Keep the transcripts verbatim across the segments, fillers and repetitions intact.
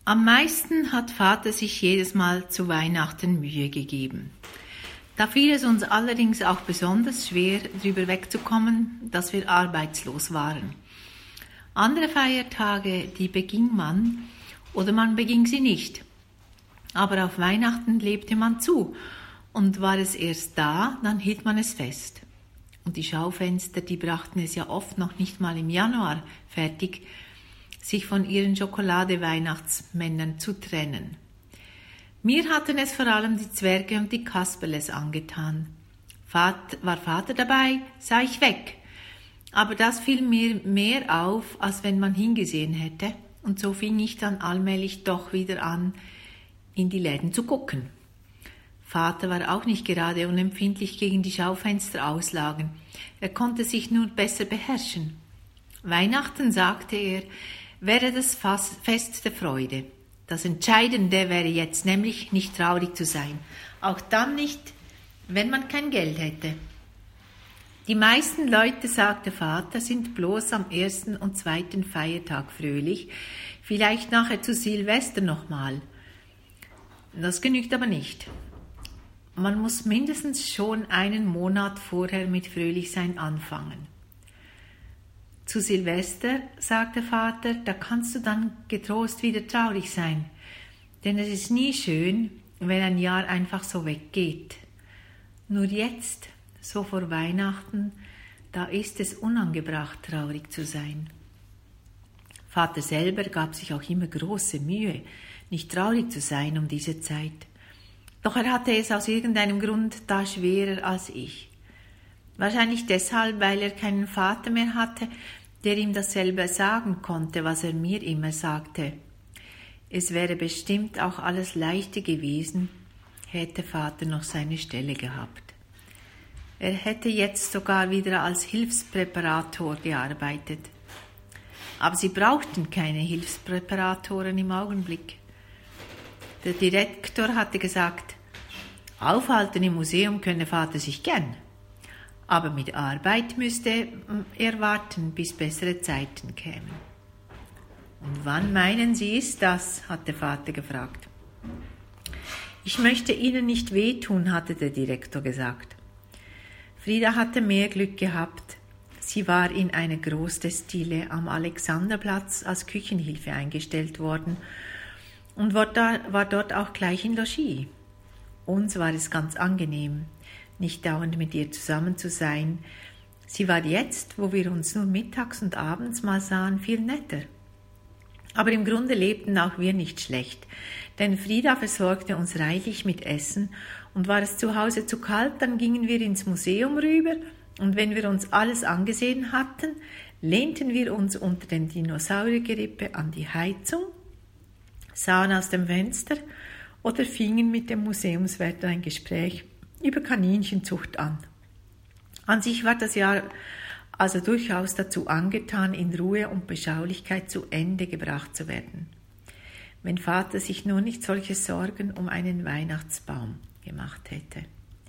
Am meisten hat Vater sich jedes Mal zu Weihnachten Mühe gegeben. Da fiel es uns allerdings auch besonders schwer, darüber wegzukommen, dass wir arbeitslos waren. Andere Feiertage, die beging man oder man beging sie nicht. Aber auf Weihnachten lebte man zu und war es erst da, dann hielt man es fest. Und die Schaufenster, die brachten es ja oft noch nicht mal im Januar fertig, sich von ihren Schokolade-Weihnachtsmännern zu trennen. Mir hatten es vor allem die Zwerge und die Kasperles angetan. Vater, war Vater dabei, sah ich weg. Aber das fiel mir mehr auf, als wenn man hingesehen hätte. Und so fing ich dann allmählich doch wieder an, in die Läden zu gucken. Vater war auch nicht gerade unempfindlich gegen die Schaufensterauslagen. Er konnte sich nur besser beherrschen. Weihnachten, sagte er, wäre das Fest der Freude. Das Entscheidende wäre jetzt nämlich, nicht traurig zu sein. Auch dann nicht, wenn man kein Geld hätte. Die meisten Leute, sagte Vater, sind bloß am ersten und zweiten Feiertag fröhlich, vielleicht nachher zu Silvester nochmal. Das genügt aber nicht. Man muss mindestens schon einen Monat vorher mit Fröhlichsein anfangen. Zu Silvester, sagte Vater, da kannst du dann getrost wieder traurig sein, denn es ist nie schön, wenn ein Jahr einfach so weggeht. Nur jetzt, so vor Weihnachten, da ist es unangebracht, traurig zu sein. Vater selber gab sich auch immer große Mühe, nicht traurig zu sein um diese Zeit. Doch er hatte es aus irgendeinem Grund da schwerer als ich. Wahrscheinlich deshalb, weil er keinen Vater mehr hatte, der ihm dasselbe sagen konnte, was er mir immer sagte. Es wäre bestimmt auch alles leichter gewesen, hätte Vater noch seine Stelle gehabt. Er hätte jetzt sogar wieder als Hilfspräparator gearbeitet. Aber sie brauchten keine Hilfspräparatoren im Augenblick. Der Direktor hatte gesagt, aufhalten im Museum könne Vater sich gern. Aber mit Arbeit müsste er warten, bis bessere Zeiten kämen. Und wann meinen Sie ist das? Hat der Vater gefragt. Ich möchte Ihnen nicht wehtun, hatte der Direktor gesagt. Frieda hatte mehr Glück gehabt. Sie war in eine Großdestille am Alexanderplatz als Küchenhilfe eingestellt worden und war, da, war dort auch gleich in Logis. Uns war es ganz angenehm, nicht dauernd mit ihr zusammen zu sein. Sie war jetzt, wo wir uns nur mittags und abends mal sahen, viel netter. Aber im Grunde lebten auch wir nicht schlecht, denn Frieda versorgte uns reichlich mit Essen und war es zu Hause zu kalt, dann gingen wir ins Museum rüber und wenn wir uns alles angesehen hatten, lehnten wir uns unter dem Dinosauriergerippe an die Heizung, sahen aus dem Fenster oder fingen mit dem Museumswärter ein Gespräch über Kaninchenzucht an. An sich war das Jahr also durchaus dazu angetan, in Ruhe und Beschaulichkeit zu Ende gebracht zu werden, wenn Vater sich nur nicht solche Sorgen um einen Weihnachtsbaum gemacht hätte.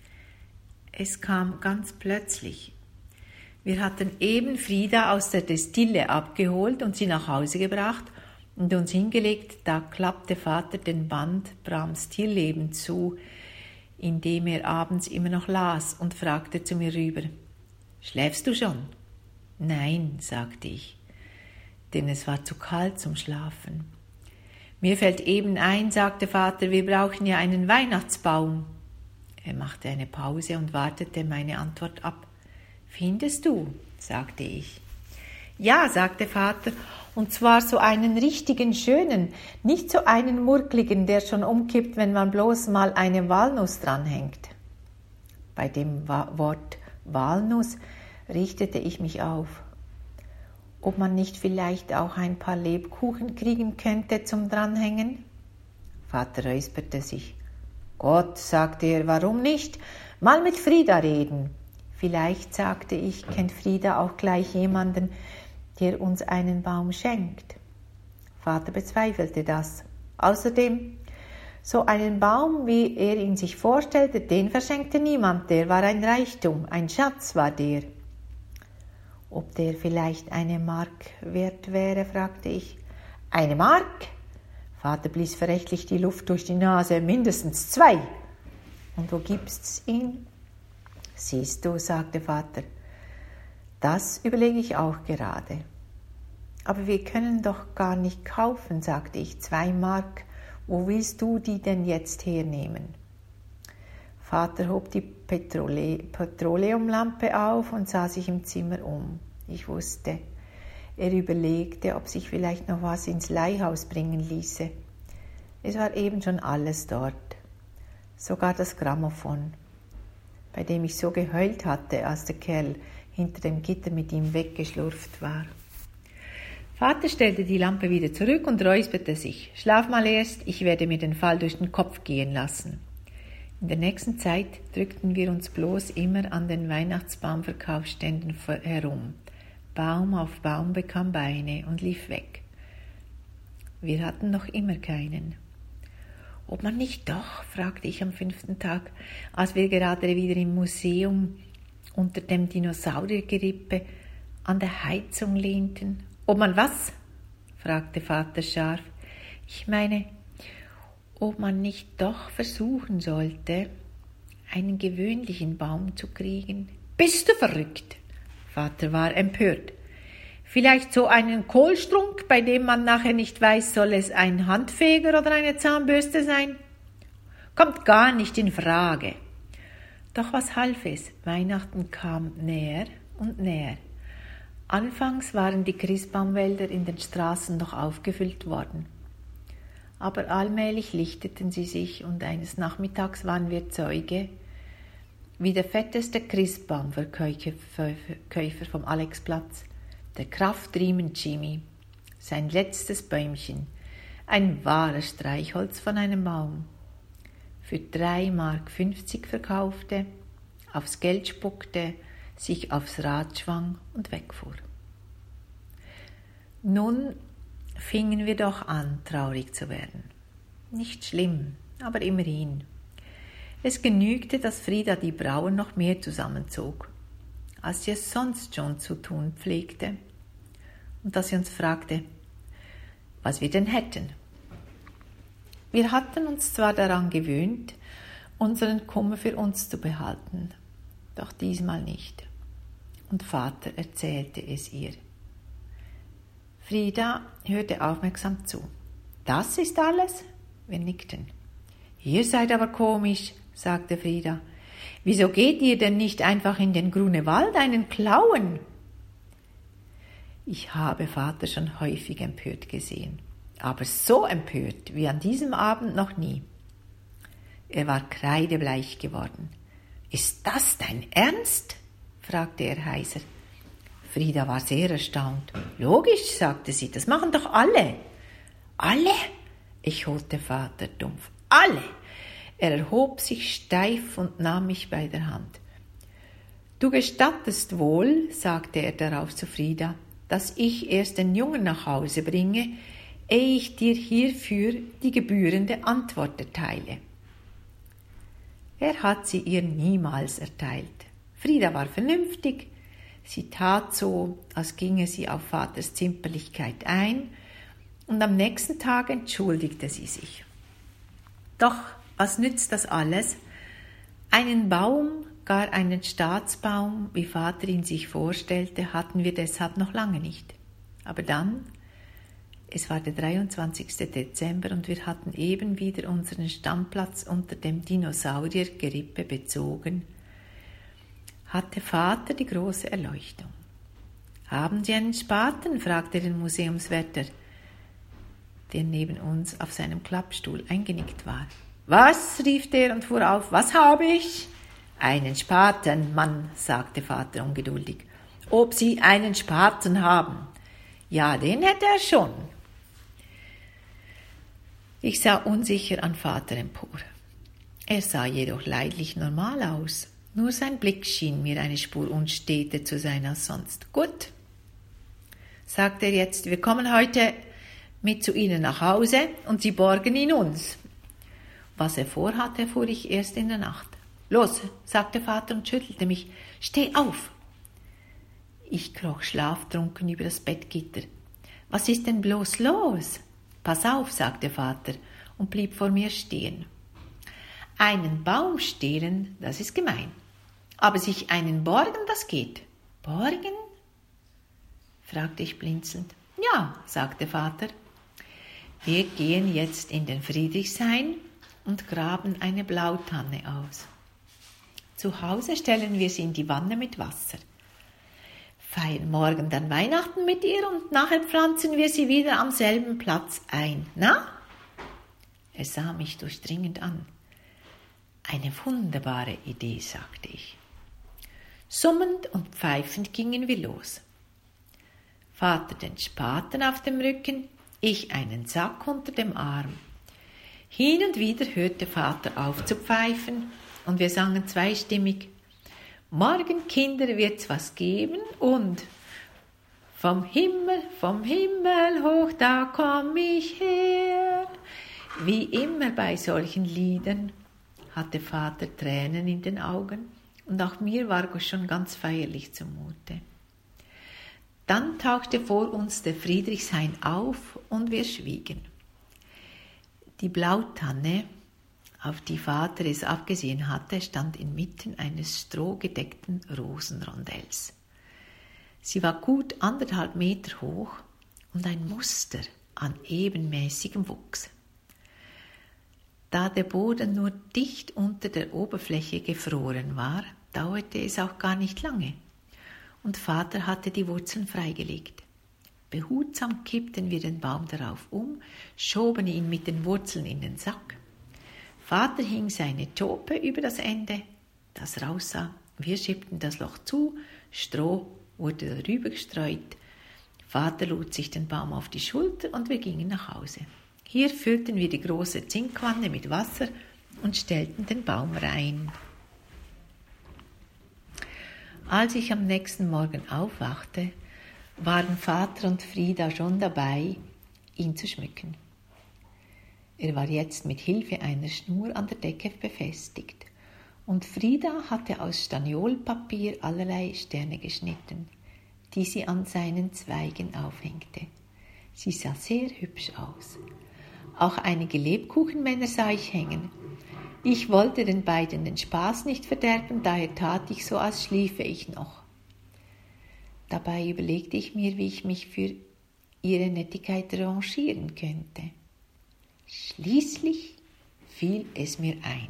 Es kam ganz plötzlich. Wir hatten eben Frieda aus der Destille abgeholt und sie nach Hause gebracht und uns hingelegt, da klappte Vater den Band Brahms Tierleben zu, indem er abends immer noch las und fragte zu mir rüber, »Schläfst du schon?« »Nein«, sagte ich, denn es war zu kalt zum Schlafen. »Mir fällt eben ein«, sagte Vater, »wir brauchen ja einen Weihnachtsbaum.« Er machte eine Pause und wartete meine Antwort ab. »Findest du?«, sagte ich. »Ja«, sagte Vater, »und zwar so einen richtigen schönen, nicht so einen murkligen, der schon umkippt, wenn man bloß mal eine Walnuss dranhängt.« Bei dem Wort Walnuss richtete ich mich auf. Ob man nicht vielleicht auch ein paar Lebkuchen kriegen könnte zum Dranhängen? Vater räusperte sich. »Gott«, sagte er, »warum nicht? Mal mit Frieda reden. Vielleicht«, sagte ich, »kennt Frieda auch gleich jemanden, der uns einen Baum schenkt.« Vater bezweifelte das. Außerdem, so einen Baum, wie er ihn sich vorstellte, den verschenkte niemand, der war ein Reichtum, ein Schatz war der. Ob der vielleicht eine Mark wert wäre, fragte ich. »Eine Mark?« Vater blies verächtlich die Luft durch die Nase. Mindestens zwei. Und wo gibt's ihn? Siehst du, sagte Vater, das überlege ich auch gerade. Aber wir können doch gar nicht kaufen, sagte ich, zwei Mark. Wo willst du die denn jetzt hernehmen? Vater hob die Petrole- Petroleumlampe auf und sah sich im Zimmer um. Ich wusste, er überlegte, ob sich vielleicht noch was ins Leihhaus bringen ließe. Es war eben schon alles dort, sogar das Grammophon, bei dem ich so geheult hatte, als der Kerl hinter dem Gitter mit ihm weggeschlurft war. Vater stellte die Lampe wieder zurück und räusperte sich. Schlaf mal erst, ich werde mir den Fall durch den Kopf gehen lassen. In der nächsten Zeit drückten wir uns bloß immer an den Weihnachtsbaumverkaufsständen herum. Baum auf Baum bekam Beine und lief weg. Wir hatten noch immer keinen. Ob man nicht doch, fragte ich am fünften Tag, als wir gerade wieder im Museum unter dem Dinosauriergerippe an der Heizung lehnten. Ob man was? Fragte Vater scharf. Ich meine, ob man nicht doch versuchen sollte, einen gewöhnlichen Baum zu kriegen. Bist du verrückt? Vater war empört. Vielleicht so einen Kohlstrunk, bei dem man nachher nicht weiß, soll es ein Handfeger oder eine Zahnbürste sein? Kommt gar nicht in Frage. Doch was half es? Weihnachten kam näher und näher. Anfangs waren die Christbaumwälder in den Straßen noch aufgefüllt worden. Aber allmählich lichteten sie sich und eines Nachmittags waren wir Zeuge, wie der fetteste Christbaumverkäufer vom Alexplatz, der Kraftriemen Jimmy, sein letztes Bäumchen, ein wahres Streichholz von einem Baum, für drei Mark fünfzig verkaufte, aufs Geld spuckte, sich aufs Rad schwang und wegfuhr. Nun fingen wir doch an, traurig zu werden. Nicht schlimm, aber immerhin. Es genügte, dass Frieda die Brauen noch mehr zusammenzog, als sie es sonst schon zu tun pflegte, und dass sie uns fragte, was wir denn hätten. Wir hatten uns zwar daran gewöhnt, unseren Kummer für uns zu behalten, doch diesmal nicht. Und Vater erzählte es ihr. Frieda hörte aufmerksam zu. Das ist alles? Wir nickten. Ihr seid aber komisch, sagte Frieda. Wieso geht ihr denn nicht einfach in den Grunewald einen klauen? Ich habe Vater schon häufig empört gesehen, aber so empört wie an diesem Abend noch nie. Er war kreidebleich geworden. Ist das dein Ernst? Fragte er heiser. Frieda war sehr erstaunt. Logisch, sagte sie, das machen doch alle. Alle? echolte Vater dumpf. Alle! Er erhob sich steif und nahm mich bei der Hand. Du gestattest wohl, sagte er darauf zu Frieda, dass ich erst den Jungen nach Hause bringe, ehe ich dir hierfür die gebührende Antwort erteile. Er hat sie ihr niemals erteilt. Frieda war vernünftig. Sie tat so, als ginge sie auf Vaters Zimperlichkeit ein, und am nächsten Tag entschuldigte sie sich. Doch was nützt das alles? Einen Baum, gar einen Staatsbaum, wie Vater ihn sich vorstellte, hatten wir deshalb noch lange nicht. Aber dann, es war der dreiundzwanzigste Dezember und wir hatten eben wieder unseren Stammplatz unter dem Dinosauriergerippe bezogen, hatte Vater die große Erleuchtung. »Haben Sie einen Spaten?« fragte der Museumswärter, der neben uns auf seinem Klappstuhl eingenickt war. »Was?« rief der und fuhr auf. »Was habe ich?« »Einen Spaten, Mann«, sagte Vater ungeduldig. »Ob Sie einen Spaten haben?« »Ja, den hätte er schon.« Ich sah unsicher an Vater empor. Er sah jedoch leidlich normal aus. Nur sein Blick schien mir eine Spur unsteter zu sein als sonst. »Gut«, sagte er jetzt, »wir kommen heute mit zu Ihnen nach Hause und Sie borgen ihn uns.« Was er vorhatte, erfuhr ich erst in der Nacht. »Los«, sagte Vater und schüttelte mich, »steh auf!« Ich kroch schlaftrunken über das Bettgitter. »Was ist denn bloß los?« Pass auf, sagte Vater und blieb vor mir stehen. Einen Baum stehlen, das ist gemein. Aber sich einen borgen, das geht. Borgen? Fragte ich blinzelnd. Ja, sagte Vater. Wir gehen jetzt in den Friedrichshain und graben eine Blautanne aus. Zu Hause stellen wir sie in die Wanne mit Wasser. Feiern morgen dann Weihnachten mit ihr und nachher pflanzen wir sie wieder am selben Platz ein. Na? Er sah mich durchdringend an. Eine wunderbare Idee, sagte ich. Summend und pfeifend gingen wir los. Vater den Spaten auf dem Rücken, ich einen Sack unter dem Arm. Hin und wieder hörte Vater auf zu pfeifen und wir sangen zweistimmig: Morgen, Kinder, wird's was geben und vom Himmel, vom Himmel hoch, da komm ich her. Wie immer bei solchen Liedern hatte Vater Tränen in den Augen und auch mir war schon ganz feierlich zumute. Dann tauchte vor uns der Friedrichshain auf und wir schwiegen. Die Blautanne, auf die Vater es abgesehen hatte, stand inmitten eines strohgedeckten Rosenrondells. Sie war gut anderthalb Meter hoch und ein Muster an ebenmäßigem Wuchs. Da der Boden nur dicht unter der Oberfläche gefroren war, dauerte es auch gar nicht lange, und Vater hatte die Wurzeln freigelegt. Behutsam kippten wir den Baum darauf um, schoben ihn mit den Wurzeln in den Sack. Vater hing seine Tope über das Ende, das raussah. Wir schiebten das Loch zu, Stroh wurde darüber gestreut. Vater lud sich den Baum auf die Schulter und wir gingen nach Hause. Hier füllten wir die große Zinkwanne mit Wasser und stellten den Baum rein. Als ich am nächsten Morgen aufwachte, waren Vater und Frieda schon dabei, ihn zu schmücken. Er war jetzt mit Hilfe einer Schnur an der Decke befestigt und Frieda hatte aus Staniolpapier allerlei Sterne geschnitten, die sie an seinen Zweigen aufhängte. Sie sah sehr hübsch aus. Auch einige Lebkuchenmänner sah ich hängen. Ich wollte den beiden den Spaß nicht verderben, daher tat ich so, als schliefe ich noch. Dabei überlegte ich mir, wie ich mich für ihre Nettigkeit revanchieren könnte. Schließlich fiel es mir ein.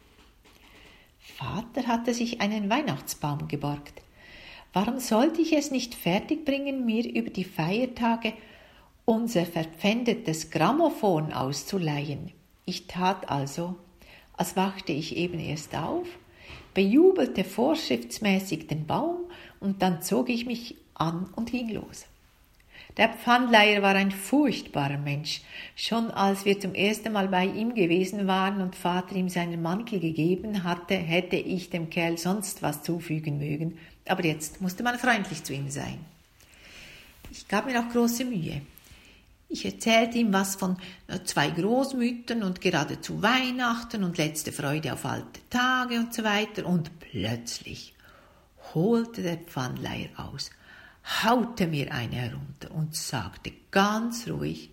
Vater hatte sich einen Weihnachtsbaum geborgt. Warum sollte ich es nicht fertigbringen, mir über die Feiertage unser verpfändetes Grammophon auszuleihen? Ich tat also, als wachte ich eben erst auf, bejubelte vorschriftsmäßig den Baum und dann zog ich mich an und ging los. Der Pfandleiher war ein furchtbarer Mensch. Schon als wir zum ersten Mal bei ihm gewesen waren und Vater ihm seinen Mantel gegeben hatte, hätte ich dem Kerl sonst was zufügen mögen, aber jetzt musste man freundlich zu ihm sein. Ich gab mir auch große Mühe. Ich erzählte ihm was von zwei Großmüttern und geradezu Weihnachten und letzte Freude auf alte Tage und so weiter. Und plötzlich holte der Pfandleiher aus, haute mir eine herunter und sagte ganz ruhig: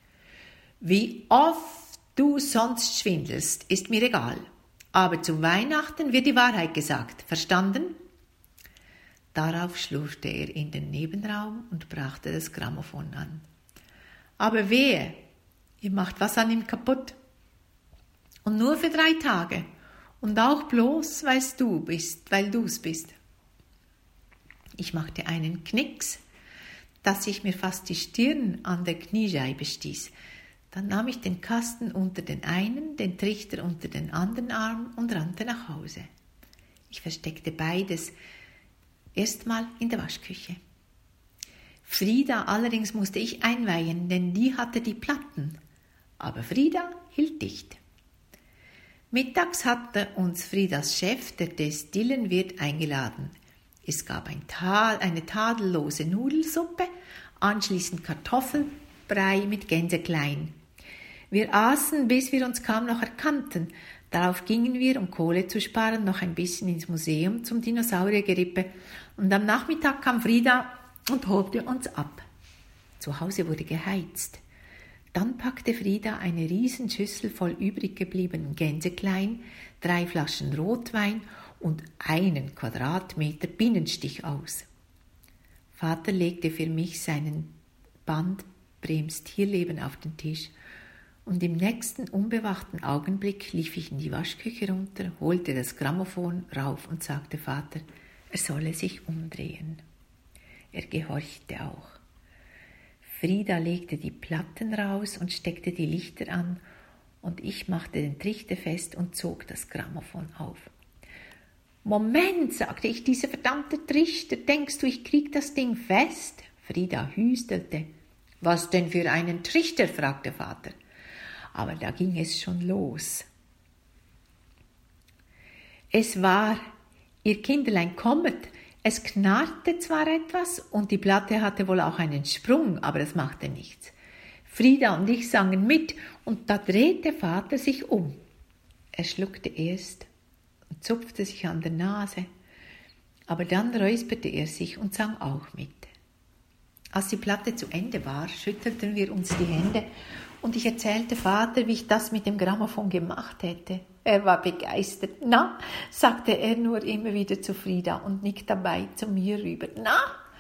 Wie oft du sonst schwindelst, ist mir egal, aber zu Weihnachten wird die Wahrheit gesagt, verstanden? Darauf schlurfte er in den Nebenraum und brachte das Grammophon an. Aber wehe, ihr macht was an ihm kaputt. Und nur für drei Tage. Und auch bloß, weil du bist, weil du's bist. Ich machte einen Knicks, dass ich mir fast die Stirn an der Kniescheibe stieß. Dann nahm ich den Kasten unter den einen, den Trichter unter den anderen Arm und rannte nach Hause. Ich versteckte beides erstmal in der Waschküche. Frieda allerdings musste ich einweihen, denn die hatte die Platten. Aber Frieda hielt dicht. Mittags hatte uns Friedas Chef, der des Dillenwirt, eingeladen. Es gab ein Tal, eine tadellose Nudelsuppe, anschließend Kartoffelbrei mit Gänseklein. Wir aßen, bis wir uns kaum noch erkannten. Darauf gingen wir, um Kohle zu sparen, noch ein bisschen ins Museum zum Dinosauriergerippe. Und am Nachmittag kam Frieda und holte uns ab. Zu Hause wurde geheizt. Dann packte Frieda eine Riesenschüssel voll übrig gebliebenen Gänseklein, drei Flaschen Rotwein und einen Quadratmeter Bienenstich aus. Vater legte für mich seinen Band Brems Tierleben auf den Tisch und im nächsten unbewachten Augenblick lief ich in die Waschküche runter, holte das Grammophon rauf und sagte Vater, er solle sich umdrehen. Er gehorchte auch. Frieda legte die Platten raus und steckte die Lichter an und ich machte den Trichter fest und zog das Grammophon auf. »Moment«, sagte ich, »diese verdammte Trichter, denkst du, ich krieg das Ding fest?« Frieda hüstelte. »Was denn für einen Trichter?« fragte Vater. Aber da ging es schon los. Es war, ihr Kinderlein kommet, es knarrte zwar etwas und die Platte hatte wohl auch einen Sprung, aber das machte nichts. Frieda und ich sangen mit und da drehte Vater sich um. Er schluckte erst und zupfte sich an der Nase, aber dann räusperte er sich und sang auch mit. Als die Platte zu Ende war, schüttelten wir uns die Hände und ich erzählte Vater, wie ich das mit dem Grammophon gemacht hätte. Er war begeistert. »Na«, sagte er nur immer wieder zu Frieda und nickte dabei zu mir rüber. »Na!«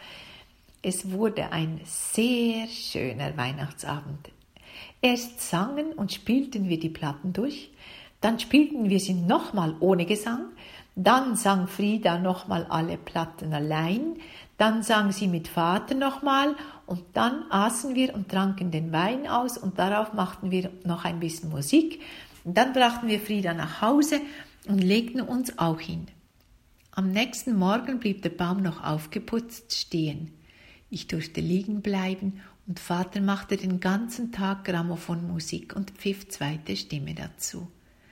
Es wurde ein sehr schöner Weihnachtsabend. Erst sangen und spielten wir die Platten durch, dann spielten wir sie nochmal ohne Gesang, dann sang Frieda nochmal alle Platten allein, dann sang sie mit Vater nochmal und dann aßen wir und tranken den Wein aus und darauf machten wir noch ein bisschen Musik. Und dann brachten wir Frieda nach Hause und legten uns auch hin. Am nächsten Morgen blieb der Baum noch aufgeputzt stehen. Ich durfte liegen bleiben und Vater machte den ganzen Tag Grammophonmusik und pfiff zweite Stimme dazu.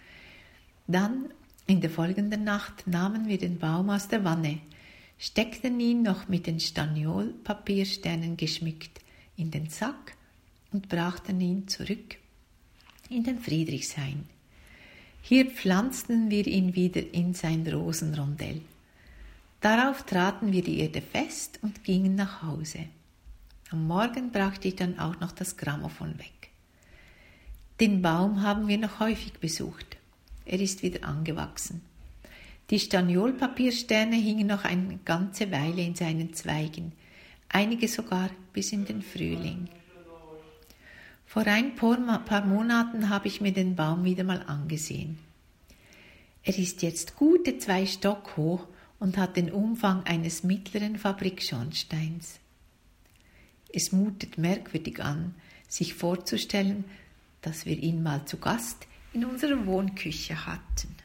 Dann, in der folgenden Nacht, nahmen wir den Baum aus der Wanne, steckten ihn noch mit den Staniolpapiersternen geschmückt in den Sack und brachten ihn zurück in den Friedrichshain. Hier pflanzten wir ihn wieder in sein Rosenrondell. Darauf traten wir die Erde fest und gingen nach Hause. Am Morgen brachte ich dann auch noch das Grammophon weg. Den Baum haben wir noch häufig besucht. Er ist wieder angewachsen. Die Staniolpapiersterne hingen noch eine ganze Weile in seinen Zweigen, einige sogar bis in den Frühling. Vor ein paar Monaten habe ich mir den Baum wieder mal angesehen. Er ist jetzt gute zwei Stock hoch und hat den Umfang eines mittleren Fabrikschornsteins. Es mutet merkwürdig an, sich vorzustellen, dass wir ihn mal zu Gast in unserer Wohnküche hatten.